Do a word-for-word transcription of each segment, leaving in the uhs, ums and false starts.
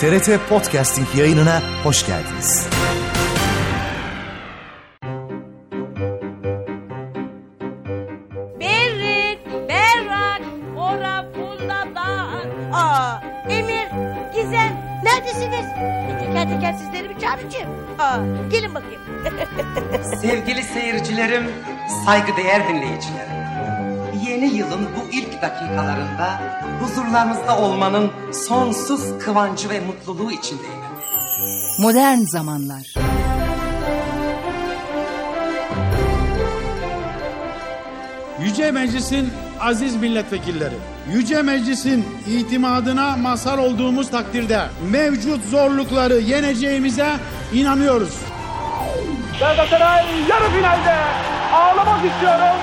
T R T Podcasting yayınına hoş geldiniz. Berrik, berrak, ora pulladan. Aa, Emir, Gizem, neredesiniz? Teker teker sizleri mi çağıracağım? Aa, gelin bakayım. Sevgili seyircilerim, saygıdeğer dinleyicilerim. Yeni yılın bu ilk dakikalarında huzurlarınızda olmanın sonsuz kıvancı ve mutluluğu içindeyim. Modern zamanlar. Yüce Meclis'in aziz milletvekilleri, Yüce Meclis'in itimadına mazhar olduğumuz takdirde mevcut zorlukları yeneceğimize inanıyoruz. Galatasaray yarı finalde, ağlamak istiyorum.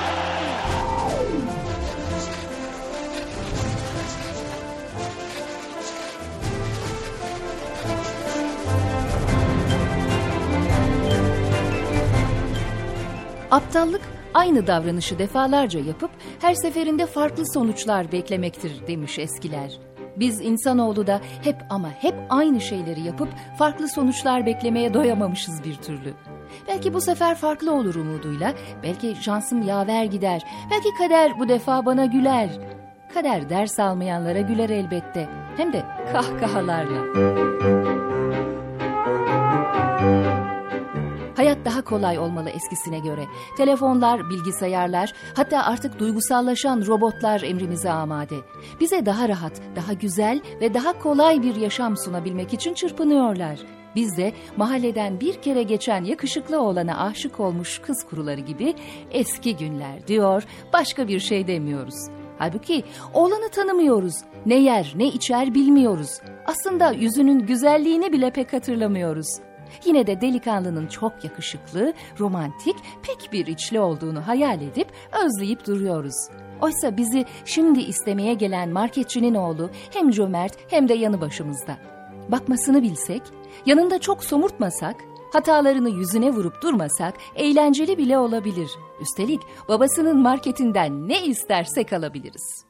Aptallık aynı davranışı defalarca yapıp her seferinde farklı sonuçlar beklemektir demiş eskiler. Biz insanoğlu da hep ama hep aynı şeyleri yapıp farklı sonuçlar beklemeye doyamamışız bir türlü. Belki bu sefer farklı olur umuduyla, belki şansım yaver gider, belki kader bu defa bana güler. Kader ders almayanlara güler elbette, hem de kahkahalarla. Hayat daha kolay olmalı eskisine göre. Telefonlar, bilgisayarlar, hatta artık duygusallaşan robotlar emrimize amade. Bize daha rahat, daha güzel ve daha kolay bir yaşam sunabilmek için çırpınıyorlar. Biz de mahalleden bir kere geçen yakışıklı oğlana aşık olmuş kız kuruları gibi eski günler diyor, başka bir şey demiyoruz. Halbuki oğlanı tanımıyoruz, ne yer ne içer bilmiyoruz. Aslında yüzünün güzelliğini bile pek hatırlamıyoruz. Yine de delikanlının çok yakışıklı, romantik, pek bir içli olduğunu hayal edip özleyip duruyoruz. Oysa bizi şimdi istemeye gelen marketçinin oğlu hem cömert hem de yanı başımızda. Bakmasını bilsek, yanında çok somurtmasak, hatalarını yüzüne vurup durmasak eğlenceli bile olabilir. Üstelik babasının marketinden ne istersek alabiliriz.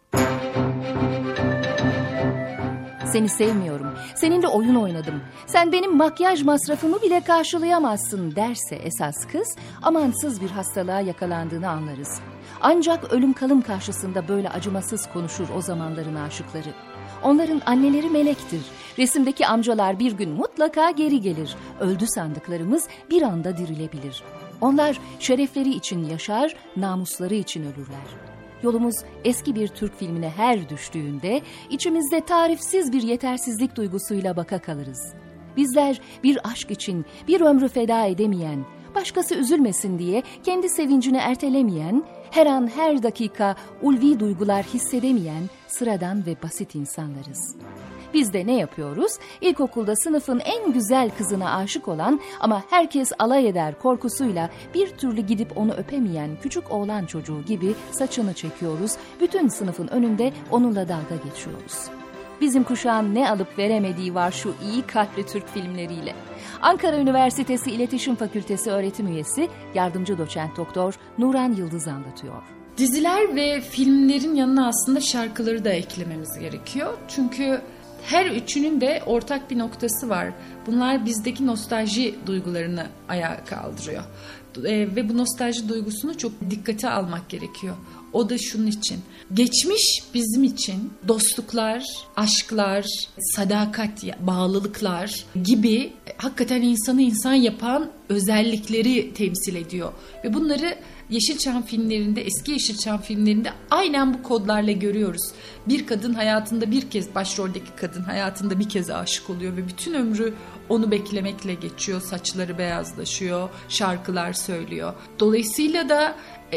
Seni sevmiyorum, seninle oyun oynadım, sen benim makyaj masrafımı bile karşılayamazsın derse esas kız, amansız bir hastalığa yakalandığını anlarız. Ancak ölüm kalım karşısında böyle acımasız konuşur o zamanların aşıkları. Onların anneleri melektir, resimdeki amcalar bir gün mutlaka geri gelir, öldü sandıklarımız bir anda dirilebilir. Onlar şerefleri için yaşar, namusları için ölürler. Yolumuz eski bir Türk filmine her düştüğünde içimizde tarifsiz bir yetersizlik duygusuyla baka kalırız. Bizler bir aşk için bir ömrü feda edemeyen, başkası üzülmesin diye kendi sevincini ertelemeyen, her an her dakika ulvi duygular hissedemeyen sıradan ve basit insanlarız. Biz de ne yapıyoruz? İlkokulda sınıfın en güzel kızına aşık olan ama herkes alay eder korkusuyla bir türlü gidip onu öpemeyen küçük oğlan çocuğu gibi saçını çekiyoruz. Bütün sınıfın önünde onunla dalga geçiyoruz. Bizim kuşağın ne alıp veremediği var şu iyi kalpli Türk filmleriyle. Ankara Üniversitesi İletişim Fakültesi öğretim üyesi, yardımcı doçent doktor Nuran Yıldız anlatıyor. Diziler ve filmlerin yanına aslında şarkıları da eklememiz gerekiyor. Çünkü her üçünün de ortak bir noktası var. Bunlar bizdeki nostalji duygularını ayağa kaldırıyor. E, ve bu nostalji duygusunu çok dikkate almak gerekiyor. O da şunun için. Geçmiş bizim için dostluklar, aşklar, sadakat, bağlılıklar gibi hakikaten insanı insan yapan özellikleri temsil ediyor. Ve bunları Yeşilçam filmlerinde, eski Yeşilçam filmlerinde aynen bu kodlarla görüyoruz. Bir kadın hayatında bir kez, başroldeki kadın hayatında bir kez aşık oluyor ve bütün ömrü onu beklemekle geçiyor. Saçları beyazlaşıyor, şarkılar söylüyor. Dolayısıyla da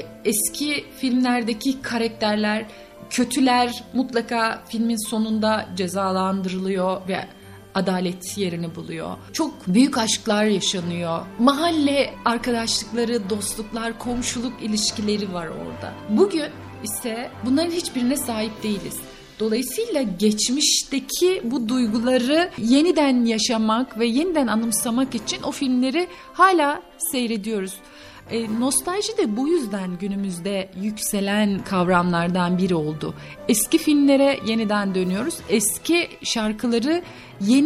eski filmlerdeki karakterler, kötüler mutlaka filmin sonunda cezalandırılıyor ve adalet yerini buluyor. Çok büyük aşklar yaşanıyor. Mahalle arkadaşlıkları, dostluklar, komşuluk ilişkileri var orada. Bugün ise bunların hiçbirine sahip değiliz. Dolayısıyla geçmişteki bu duyguları yeniden yaşamak ve yeniden anımsamak için o filmleri hala seyrediyoruz. E, nostalji de bu yüzden günümüzde yükselen kavramlardan biri oldu. Eski filmlere yeniden dönüyoruz. Eski şarkıları yeni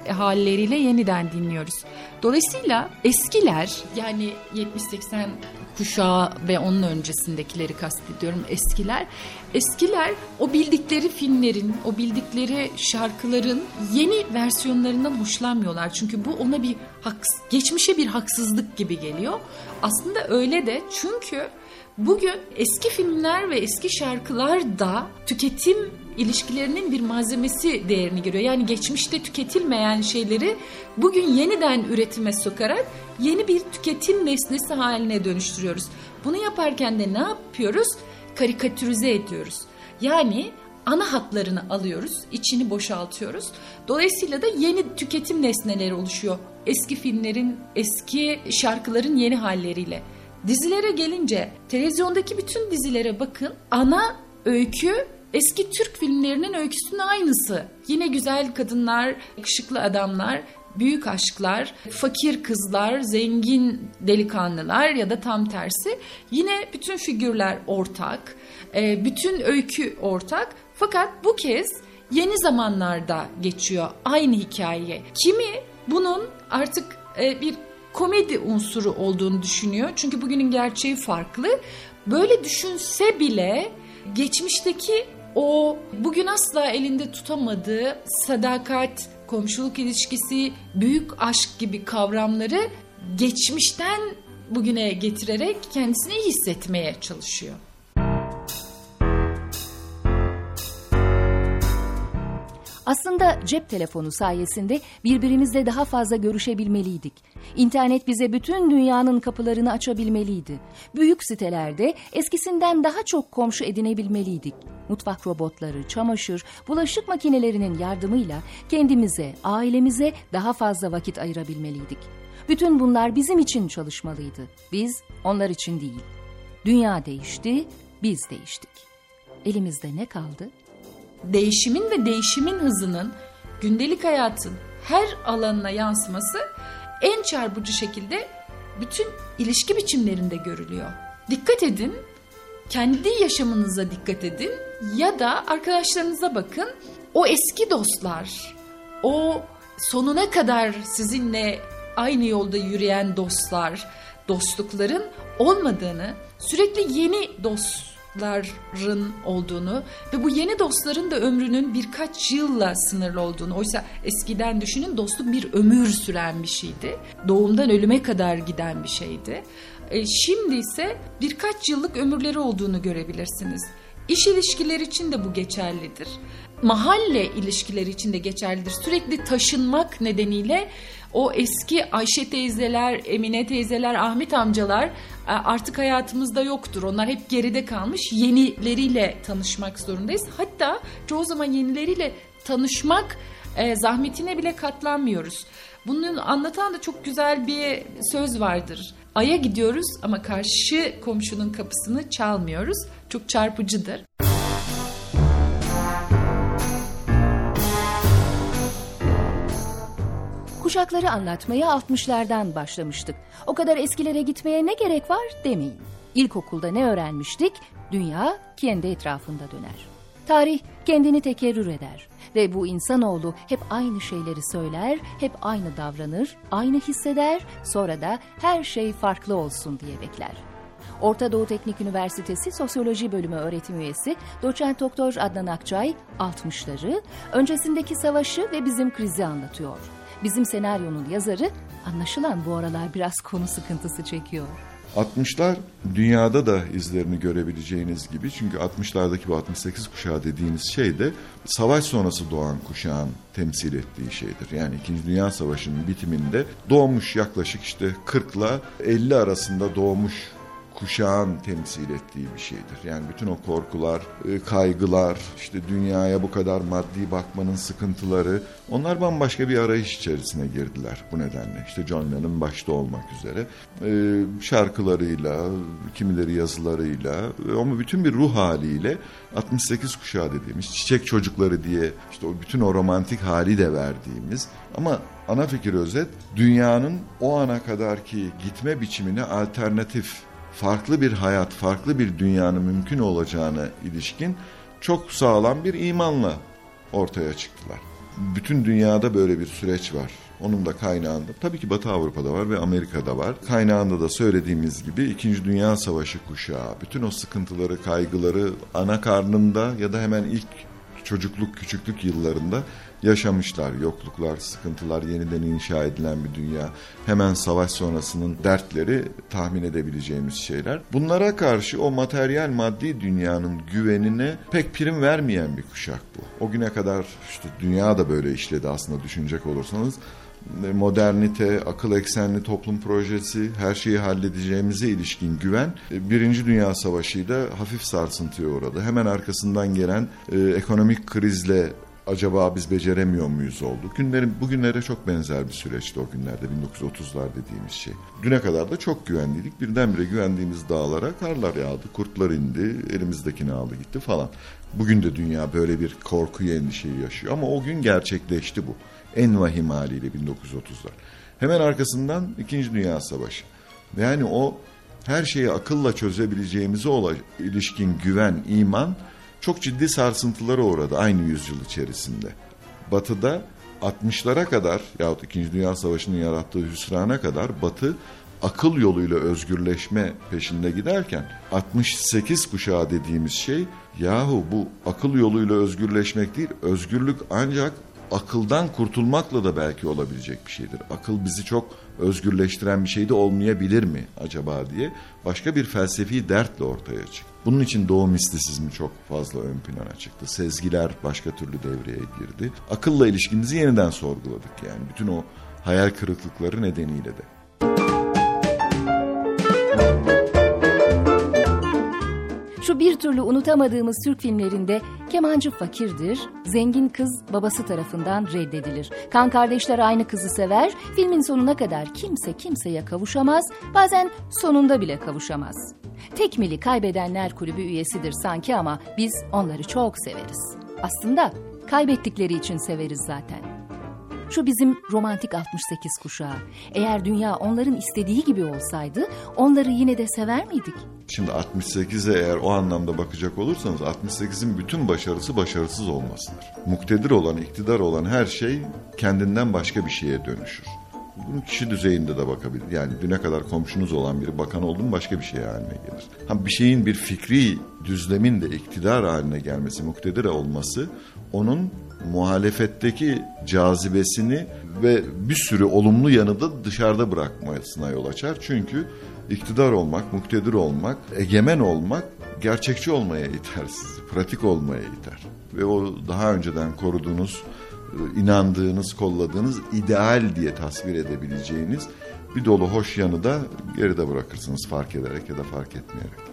halleriyle yeniden dinliyoruz. Dolayısıyla eskiler, yani yetmiş seksen kuşağı ve onun öncesindekileri kastediyorum, eskiler. Eskiler o bildikleri filmlerin, o bildikleri şarkıların yeni versiyonlarından hoşlanmıyorlar. Çünkü bu ona bir haks, geçmişe bir haksızlık gibi geliyor. Aslında öyle de, çünkü bugün eski filmler ve eski şarkılar da tüketim ilişkilerinin bir malzemesi değerini görüyor. Yani geçmişte tüketilmeyen şeyleri bugün yeniden üretime sokarak yeni bir tüketim nesnesi haline dönüştürüyoruz. Bunu yaparken de ne yapıyoruz? Karikatürize ediyoruz. Yani ana hatlarını alıyoruz, içini boşaltıyoruz. Dolayısıyla da yeni tüketim nesneleri oluşuyor. Eski filmlerin, eski şarkıların yeni halleriyle. Dizilere gelince, televizyondaki bütün dizilere bakın. Ana öykü eski Türk filmlerinin öyküsünün aynısı. Yine güzel kadınlar, yakışıklı adamlar, büyük aşklar, fakir kızlar, zengin delikanlılar ya da tam tersi. Yine bütün figürler ortak, bütün öykü ortak. Fakat bu kez yeni zamanlarda geçiyor aynı hikaye. Kimi bunun artık bir komedi unsuru olduğunu düşünüyor. Çünkü bugünün gerçeği farklı. Böyle düşünse bile geçmişteki o bugün asla elinde tutamadığı sadakat, komşuluk ilişkisi, büyük aşk gibi kavramları geçmişten bugüne getirerek kendisini iyi hissetmeye çalışıyor. Aslında cep telefonu sayesinde birbirimizle daha fazla görüşebilmeliydik. İnternet bize bütün dünyanın kapılarını açabilmeliydi. Büyük sitelerde eskisinden daha çok komşu edinebilmeliydik. Mutfak robotları, çamaşır, bulaşık makinelerinin yardımıyla kendimize, ailemize daha fazla vakit ayırabilmeliydik. Bütün bunlar bizim için çalışmalıydı. Biz onlar için değil. Dünya değişti, biz değiştik. Elimizde ne kaldı? Değişimin ve değişimin hızının gündelik hayatın her alanına yansıması en çarpıcı şekilde bütün ilişki biçimlerinde görülüyor. Dikkat edin, kendi yaşamınıza dikkat edin ya da arkadaşlarınıza bakın. O eski dostlar, o sonuna kadar sizinle aynı yolda yürüyen dostlar, dostlukların olmadığını, sürekli yeni dost dostların olduğunu ve bu yeni dostların da ömrünün birkaç yılla sınırlı olduğunu. Oysa eskiden düşünün, dostluk bir ömür süren bir şeydi. Doğumdan ölüme kadar giden bir şeydi. E, şimdi ise birkaç yıllık ömürleri olduğunu görebilirsiniz. İş ilişkileri için de bu geçerlidir. Mahalle ilişkileri için de geçerlidir. Sürekli taşınmak nedeniyle o eski Ayşe teyzeler, Emine teyzeler, Ahmet amcalar artık hayatımızda yoktur. Onlar hep geride kalmış. Yenileriyle tanışmak zorundayız. Hatta çoğu zaman yenileriyle tanışmak e, zahmetine bile katlanmıyoruz. Bunu anlatan da çok güzel bir söz vardır. Ay'a gidiyoruz ama karşı komşunun kapısını çalmıyoruz. Çok çarpıcıdır. Kuşakları anlatmaya altmışlardan başlamıştık. O kadar eskilere gitmeye ne gerek var demeyin. İlkokulda ne öğrenmiştik? Dünya kendi etrafında döner. Tarih kendini tekerrür eder ve bu insanoğlu hep aynı şeyleri söyler, hep aynı davranır, aynı hisseder, sonra da her şey farklı olsun diye bekler. Orta Doğu Teknik Üniversitesi Sosyoloji Bölümü öğretim üyesi Doçent Doktor Adnan Akçay altmışları, öncesindeki savaşı ve bizim krizi anlatıyor. Bizim senaryonun yazarı anlaşılan bu aralar biraz konu sıkıntısı çekiyor. altmışlar dünyada da izlerini görebileceğiniz gibi, çünkü altmışlardaki bu altmış sekiz kuşağı dediğiniz şey de savaş sonrası doğan kuşağın temsil ettiği şeydir. Yani İkinci Dünya Savaşı'nın bitiminde doğmuş, yaklaşık işte kırkla elli arasında doğmuş kuşağın temsil ettiği bir şeydir. Yani bütün o korkular, kaygılar, işte dünyaya bu kadar maddi bakmanın sıkıntıları, onlar bambaşka bir arayış içerisine girdiler bu nedenle. İşte John Lennon başta olmak üzere şarkılarıyla, kimileri yazılarıyla ama bütün bir ruh haliyle altmış sekiz kuşağı dediğimiz, çiçek çocukları diye işte o bütün o romantik hali de verdiğimiz, ama ana fikir özet, dünyanın o ana kadarki gitme biçimine alternatif, farklı bir hayat, farklı bir dünyanın mümkün olacağına ilişkin çok sağlam bir imanla ortaya çıktılar. Bütün dünyada böyle bir süreç var. Onun da kaynağında tabii ki Batı Avrupa'da var ve Amerika'da var. Kaynağında da söylediğimiz gibi İkinci Dünya Savaşı kuşağı bütün o sıkıntıları, kaygıları ana karnında ya da hemen ilk çocukluk, küçüklük yıllarında yaşamışlar. Yokluklar, sıkıntılar, yeniden inşa edilen bir dünya. Hemen savaş sonrasının dertleri tahmin edebileceğimiz şeyler. Bunlara karşı o materyal maddi dünyanın güvenine pek prim vermeyen bir kuşak bu. O güne kadar işte dünya da böyle işledi aslında düşünecek olursanız. Modernite, akıl eksenli toplum projesi, her şeyi halledeceğimize ilişkin güven Birinci Dünya Savaşı'yla hafif sarsıntıya uğradı. Hemen arkasından gelen e, ekonomik krizle acaba biz beceremiyor muyuz oldu. Günlerin, bugünlere çok benzer bir süreçti o günlerde, bin dokuz yüz otuzlar dediğimiz şey. Düne kadar da çok güvenliydik. Birdenbire güvendiğimiz dağlara karlar yağdı, kurtlar indi, elimizdekini aldı gitti falan. Bugün de dünya böyle bir korkuyu, endişeyi yaşıyor ama o gün gerçekleşti bu. En vahim haliyle bin dokuz yüz otuzlar. Hemen arkasından İkinci Dünya Savaşı. Yani o her şeyi akılla çözebileceğimize olan ilişkin güven, iman çok ciddi sarsıntılara uğradı aynı yüzyıl içerisinde. Batı'da altmışlara kadar yahut İkinci Dünya Savaşı'nın yarattığı hüsrana kadar Batı akıl yoluyla özgürleşme peşinde giderken altmış sekiz kuşağı dediğimiz şey yahu bu akıl yoluyla özgürleşmek değil, özgürlük ancak akıldan kurtulmakla da belki olabilecek bir şeydir. Akıl bizi çok özgürleştiren bir şey de olmayabilir mi acaba diye başka bir felsefi dertle ortaya çıktı. Bunun için Doğu mistisizmi çok fazla ön plana çıktı. Sezgiler başka türlü devreye girdi. Akılla ilişkimizi yeniden sorguladık yani bütün o hayal kırıklıkları nedeniyle de. Şu bir türlü unutamadığımız Türk filmlerinde kemancı fakirdir, zengin kız babası tarafından reddedilir. Kan kardeşler aynı kızı sever, filmin sonuna kadar kimse kimseye kavuşamaz, bazen sonunda bile kavuşamaz. Tekmili Kaybedenler Kulübü üyesidir sanki ama biz onları çok severiz. Aslında kaybettikleri için severiz zaten. Şu bizim romantik altmış sekiz kuşağı. Eğer dünya onların istediği gibi olsaydı onları yine de sever miydik? Şimdi altmış sekize eğer o anlamda bakacak olursanız altmış sekizin bütün başarısı başarısız olmasıdır. Muktedir olan, iktidar olan her şey kendinden başka bir şeye dönüşür. Bunun kişi düzeyinde de bakabilir. Yani düne kadar komşunuz olan biri bakan oldu mu başka bir şey haline gelir. Ha, bir şeyin bir fikri düzlemin de iktidar haline gelmesi, muktedir olması onun muhalefetteki cazibesini ve bir sürü olumlu yanı da dışarıda bırakmasına yol açar. Çünkü iktidar olmak, muktedir olmak, egemen olmak gerçekçi olmaya iter sizi, pratik olmaya iter. Ve o daha önceden koruduğunuz, inandığınız, kolladığınız ideal diye tasvir edebileceğiniz bir dolu hoş yanı da geride bırakırsınız fark ederek ya da fark etmeyerek.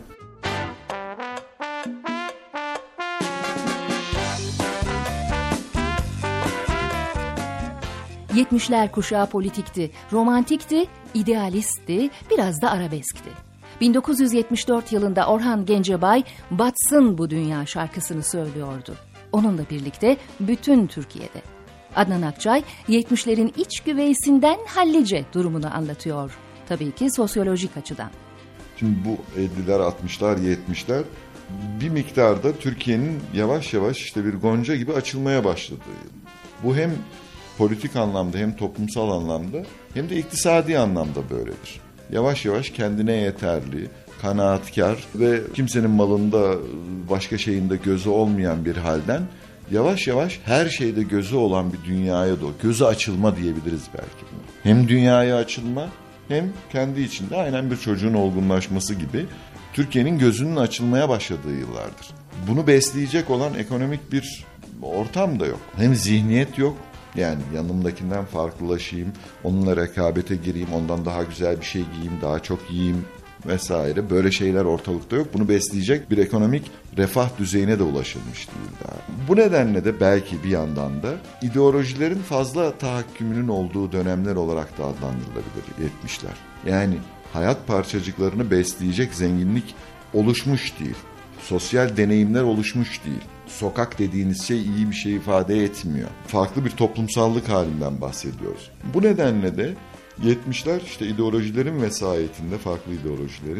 Yetmişler kuşağı politikti, romantikti, idealistti, biraz da arabeskti. bin dokuz yüz yetmiş dört yılında Orhan Gencebay "Batsın bu dünya" şarkısını söylüyordu. Onunla birlikte bütün Türkiye'de. Adnan Akçay yetmişlerin iç güveysinden hallice durumunu anlatıyor. Tabii ki sosyolojik açıdan. Şimdi bu elliler, altmışlar, yetmişler bir miktarda Türkiye'nin yavaş yavaş işte bir gonca gibi açılmaya başladığı. Bu hem politik anlamda hem toplumsal anlamda hem de iktisadi anlamda böyledir. Yavaş yavaş kendine yeterli, kanaatkar ve kimsenin malında başka şeyinde gözü olmayan bir halden yavaş yavaş her şeyde gözü olan bir dünyaya doğru, gözü açılma diyebiliriz belki buna. Hem dünyaya açılma hem kendi içinde aynen bir çocuğun olgunlaşması gibi Türkiye'nin gözünün açılmaya başladığı yıllardır. Bunu besleyecek olan ekonomik bir ortam da yok. Hem zihniyet yok. Yani yanımdakinden farklılaşayım, onunla rekabete gireyim, ondan daha güzel bir şey giyeyim, daha çok yiyeyim vesaire. Böyle şeyler ortalıkta yok. Bunu besleyecek bir ekonomik refah düzeyine de ulaşılmış değil daha. Bu nedenle de belki bir yandan da ideolojilerin fazla tahakkümünün olduğu dönemler olarak da adlandırılabilir yetmişler. Yani hayat parçacıklarını besleyecek zenginlik oluşmuş değil. Sosyal deneyimler oluşmuş değil. Sokak dediğiniz şey iyi bir şey ifade etmiyor. Farklı bir toplumsallık halinden bahsediyoruz. Bu nedenle de yetmişler işte ideolojilerin vesayetinde, farklı ideolojilerin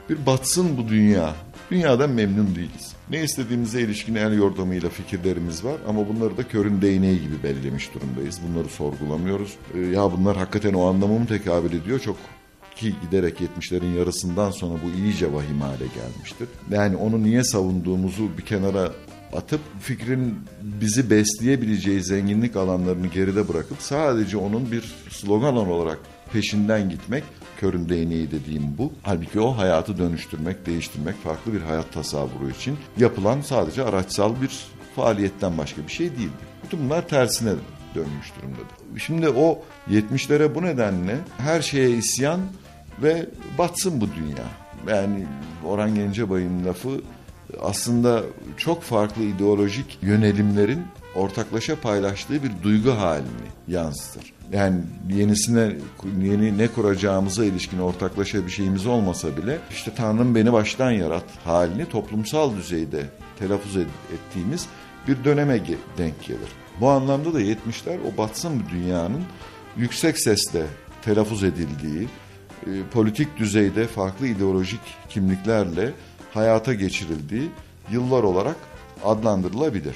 Bir batsın bu dünya. Dünyadan memnun değiliz. Ne istediğimize ilişkin el yordamıyla fikirlerimiz var ama bunları da körün değneği gibi belirlemiş durumdayız. Bunları sorgulamıyoruz. Ee, ya bunlar hakikaten o anlamı mı tekabül ediyor? Çok ki giderek yetmişlerin yarısından sonra bu iyice vahim hale gelmiştir. Yani onu niye savunduğumuzu bir kenara atıp fikrin bizi besleyebileceği zenginlik alanlarını geride bırakıp sadece onun bir slogan olarak peşinden gitmek, körün değneği dediğim bu. Halbuki o hayatı dönüştürmek, değiştirmek, farklı bir hayat tasavvuru için yapılan sadece araçsal bir faaliyetten başka bir şey değildir. Bütün bunlar tersine dönmüş durumdadır. Şimdi o yetmişlere bu nedenle her şeye isyan ve batsın bu dünya. Yani Orhan Gencebay'ın lafı aslında çok farklı ideolojik yönelimlerin ortaklaşa paylaştığı bir duygu halini yansıtır. Yani yenisine yeni ne kuracağımıza ilişkin ortaklaşa bir şeyimiz olmasa bile işte Tanrım beni baştan yarat halini toplumsal düzeyde telaffuz ettiğimiz bir döneme denk gelir. Bu anlamda da yetmişler o batsın bir dünyanın yüksek sesle telaffuz edildiği, politik düzeyde farklı ideolojik kimliklerle hayata geçirildiği yıllar olarak adlandırılabilir.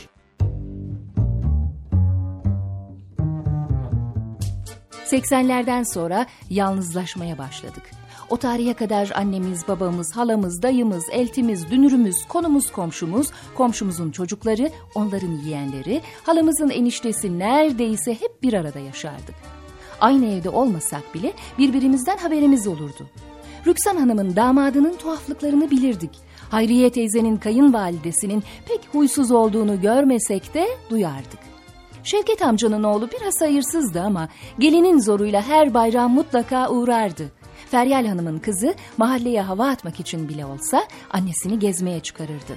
seksenlerden sonra yalnızlaşmaya başladık. O tarihe kadar annemiz, babamız, halamız, dayımız, eltimiz, dünürümüz, konumuz, komşumuz, komşumuzun çocukları, onların yeğenleri, halamızın eniştesi neredeyse hep bir arada yaşardık. Aynı evde olmasak bile birbirimizden haberimiz olurdu. Rüksan Hanım'ın damadının tuhaflıklarını bilirdik. Hayriye teyzenin kayınvalidesinin pek huysuz olduğunu görmesek de duyardık. Şevket amcanın oğlu biraz hayırsızdı ama gelinin zoruyla her bayram mutlaka uğrardı. Feryal Hanım'ın kızı mahalleye hava atmak için bile olsa annesini gezmeye çıkarırdı.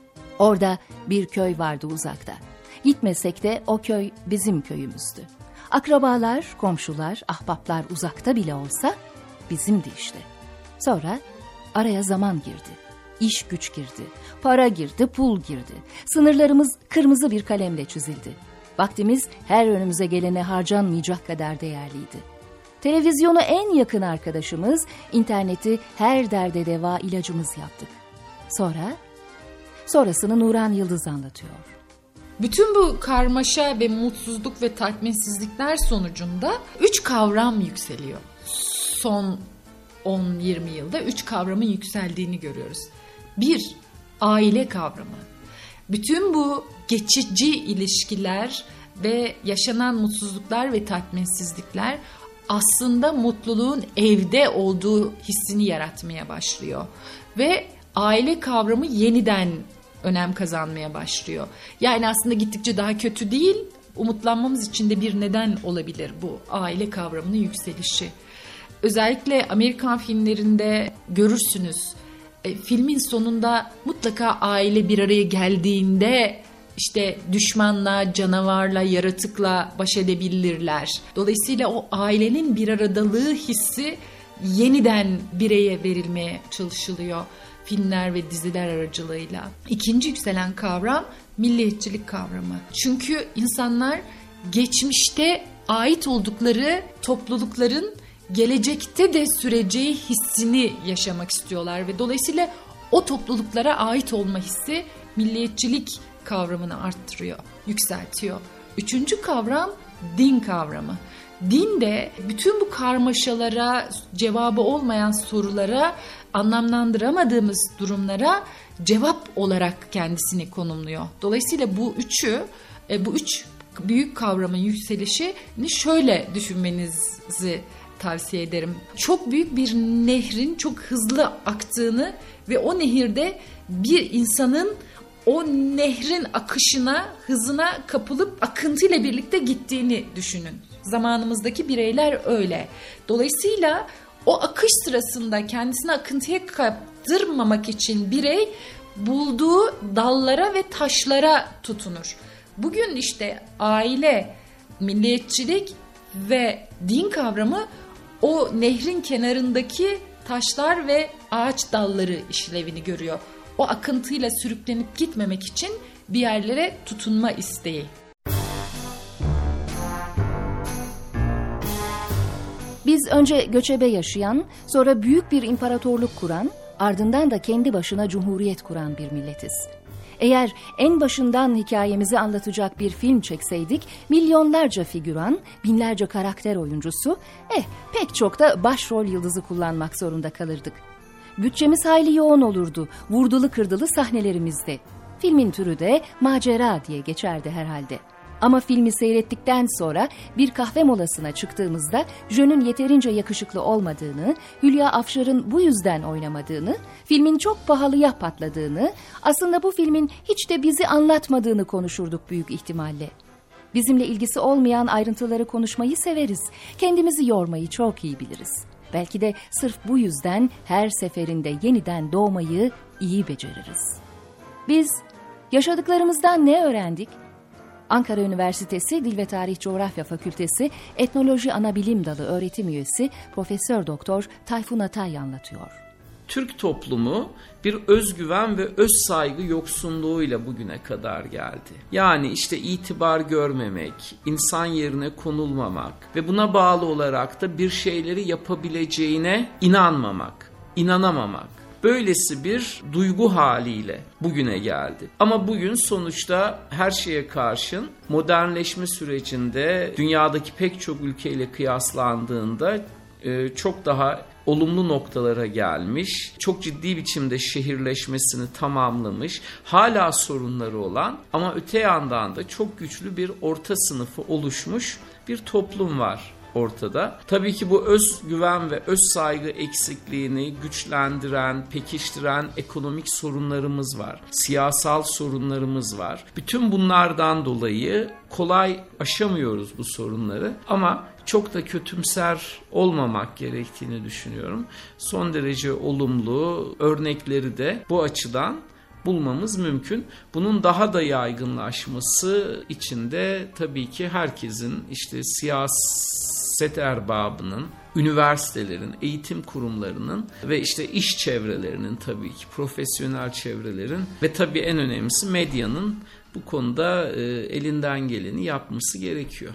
Orada bir köy vardı uzakta. Gitmesek de o köy bizim köyümüzdü. Akrabalar, komşular, ahbaplar uzakta bile olsa bizimdi işte. Sonra araya zaman girdi. İş güç girdi. Para girdi, pul girdi. Sınırlarımız kırmızı bir kalemle çizildi. Vaktimiz her önümüze gelene harcanmayacak kadar değerliydi. Televizyonu en yakın arkadaşımız, interneti her derde deva ilacımız yaptık. Sonra, sonrasını Nuran Yıldız anlatıyor. Bütün bu karmaşa ve mutsuzluk ve tatminsizlikler sonucunda üç kavram yükseliyor. Son on yirmi yılda üç kavramın yükseldiğini görüyoruz. Bir, aile kavramı. Bütün bu geçici ilişkiler ve yaşanan mutsuzluklar ve tatminsizlikler aslında mutluluğun evde olduğu hissini yaratmaya başlıyor. Ve aile kavramı yeniden önem kazanmaya başlıyor. Yani aslında gittikçe daha kötü değil, umutlanmamız için de bir neden olabilir bu aile kavramının yükselişi. Özellikle Amerikan filmlerinde görürsünüz. E, filmin sonunda mutlaka aile bir araya geldiğinde işte düşmanla, canavarla, yaratıkla baş edebilirler. Dolayısıyla o ailenin bir aradalığı hissi yeniden bireye verilmeye çalışılıyor filmler ve diziler aracılığıyla. İkinci yükselen kavram milliyetçilik kavramı. Çünkü insanlar geçmişte ait oldukları toplulukların gelecekte de süreceği hissini yaşamak istiyorlar ve dolayısıyla o topluluklara ait olma hissi milliyetçilik kavramını arttırıyor, yükseltiyor. Üçüncü kavram din kavramı. Din de bütün bu karmaşalara, cevabı olmayan sorulara, anlamlandıramadığımız durumlara cevap olarak kendisini konumluyor. Dolayısıyla bu üçü, bu üç büyük kavramın yükselişini şöyle düşünmenizi tavsiye ederim. Çok büyük bir nehrin çok hızlı aktığını ve o nehirde bir insanın o nehrin akışına, hızına kapılıp akıntıyla birlikte gittiğini düşünün. Zamanımızdaki bireyler öyle. Dolayısıyla o akış sırasında kendisini akıntıya kaptırmamak için birey bulduğu dallara ve taşlara tutunur. Bugün işte aile, milliyetçilik ve din kavramı o nehrin kenarındaki taşlar ve ağaç dalları işlevini görüyor. O akıntıyla sürüklenip gitmemek için bir yerlere tutunma isteği. Biz önce göçebe yaşayan, sonra büyük bir imparatorluk kuran, ardından da kendi başına cumhuriyet kuran bir milletiz. Eğer en başından hikayemizi anlatacak bir film çekseydik, milyonlarca figüran, binlerce karakter oyuncusu, eh pek çok da başrol yıldızı kullanmak zorunda kalırdık. Bütçemiz hayli yoğun olurdu, vurdulu kırdılı sahnelerimizde. Filmin türü de macera diye geçerdi herhalde. Ama filmi seyrettikten sonra bir kahve molasına çıktığımızda Jön'ün yeterince yakışıklı olmadığını, Hülya Avşar'ın bu yüzden oynamadığını, filmin çok pahalıya patladığını, aslında bu filmin hiç de bizi anlatmadığını konuşurduk büyük ihtimalle. Bizimle ilgisi olmayan ayrıntıları konuşmayı severiz, kendimizi yormayı çok iyi biliriz. Belki de sırf bu yüzden her seferinde yeniden doğmayı iyi beceririz. Biz yaşadıklarımızdan ne öğrendik? Ankara Üniversitesi Dil ve Tarih Coğrafya Fakültesi Etnoloji Anabilim Dalı öğretim üyesi Profesör Doktor Tayfun Atay anlatıyor. Türk toplumu bir özgüven ve öz saygı yoksunluğuyla bugüne kadar geldi. Yani işte itibar görmemek, insan yerine konulmamak ve buna bağlı olarak da bir şeyleri yapabileceğine inanmamak, inanamamak. Böylesi bir duygu haliyle bugüne geldi. Ama bugün sonuçta her şeye karşın modernleşme sürecinde dünyadaki pek çok ülkeyle kıyaslandığında e, çok daha olumlu noktalara gelmiş, çok ciddi biçimde şehirleşmesini tamamlamış, hala sorunları olan ama öte yandan da çok güçlü bir orta sınıfı oluşmuş bir toplum var ortada. Tabii ki bu özgüven ve öz saygı eksikliğini güçlendiren, pekiştiren ekonomik sorunlarımız var. Siyasal sorunlarımız var. Bütün bunlardan dolayı kolay aşamıyoruz bu sorunları ama çok da kötümser olmamak gerektiğini düşünüyorum. Son derece olumlu örnekleri de bu açıdan bulmamız mümkün. Bunun daha da yaygınlaşması için de tabii ki herkesin, işte siyaset erbabının, üniversitelerin, eğitim kurumlarının ve işte iş çevrelerinin, tabii ki profesyonel çevrelerin ve tabii en önemlisi medyanın bu konuda e, elinden geleni yapması gerekiyor.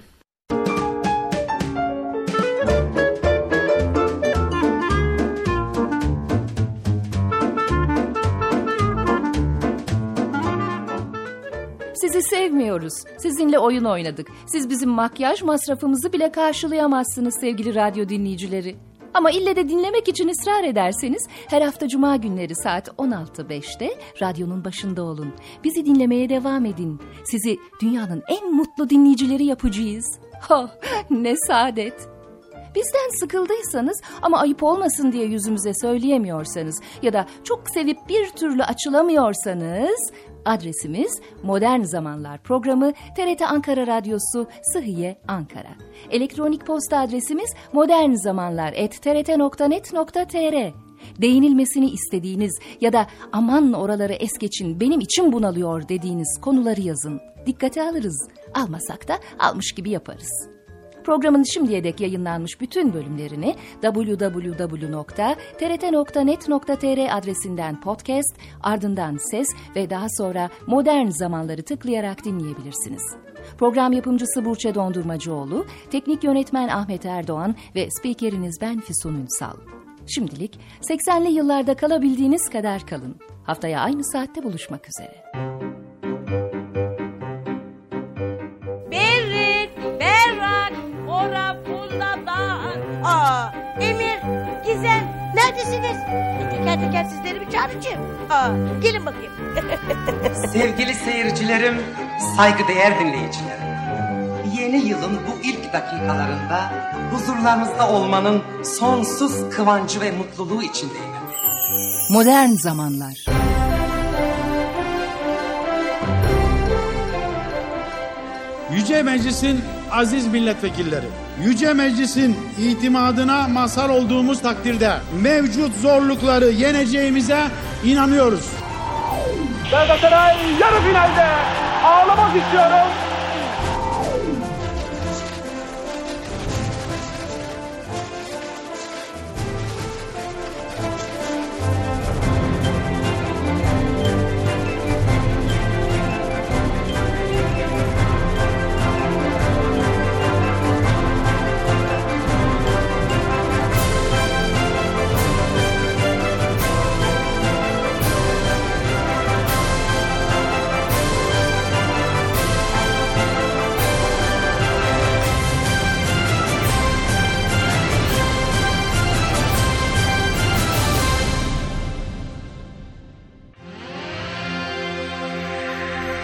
Sizi sevmiyoruz. Sizinle oyun oynadık. Siz bizim makyaj masrafımızı bile karşılayamazsınız sevgili radyo dinleyicileri. Ama ille de dinlemek için ısrar ederseniz her hafta cuma günleri saat on altı beşte radyonun başında olun. Bizi dinlemeye devam edin. Sizi dünyanın en mutlu dinleyicileri yapacağız. Oh, ne saadet. Bizden sıkıldıysanız ama ayıp olmasın diye yüzümüze söyleyemiyorsanız ya da çok sevip bir türlü açılamıyorsanız adresimiz Modern Zamanlar Programı T R T Ankara Radyosu Sıhhiye Ankara. Elektronik posta adresimiz modernzamanlar at t r t nokta net nokta t r. Değinilmesini istediğiniz ya da aman oraları es geçin benim içim bunalıyor dediğiniz konuları yazın. Dikkate alırız. Almasak da almış gibi yaparız. Programın şimdiye dek yayınlanmış bütün bölümlerini double-u double-u double-u nokta t r t nokta net nokta t r adresinden podcast, ardından ses ve daha sonra modern zamanları tıklayarak dinleyebilirsiniz. Program yapımcısı Burçe Dondurmacıoğlu, teknik yönetmen Ahmet Erdoğan ve spikeriniz ben Füsun Ünsal. Şimdilik seksenli yıllarda kalabildiğiniz kadar kalın. Haftaya aynı saatte buluşmak üzere. Aa, Emir, Gizem, neredesiniz? Teker teker sizleri bir çağıracağım. Aa, gelin bakayım. Sevgili seyircilerim, saygıdeğer dinleyicilerim. Yeni yılın bu ilk dakikalarında huzurlarınızda olmanın sonsuz kıvancı ve mutluluğu içindeyim. Modern Zamanlar. Yüce Meclis'in aziz milletvekilleri, Yüce Meclis'in itimadına mazhar olduğumuz takdirde mevcut zorlukları yeneceğimize inanıyoruz. Galatasaray yarı finalde ağlamak istiyorum.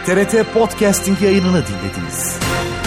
T R T Podcasting yayınını dinlediniz.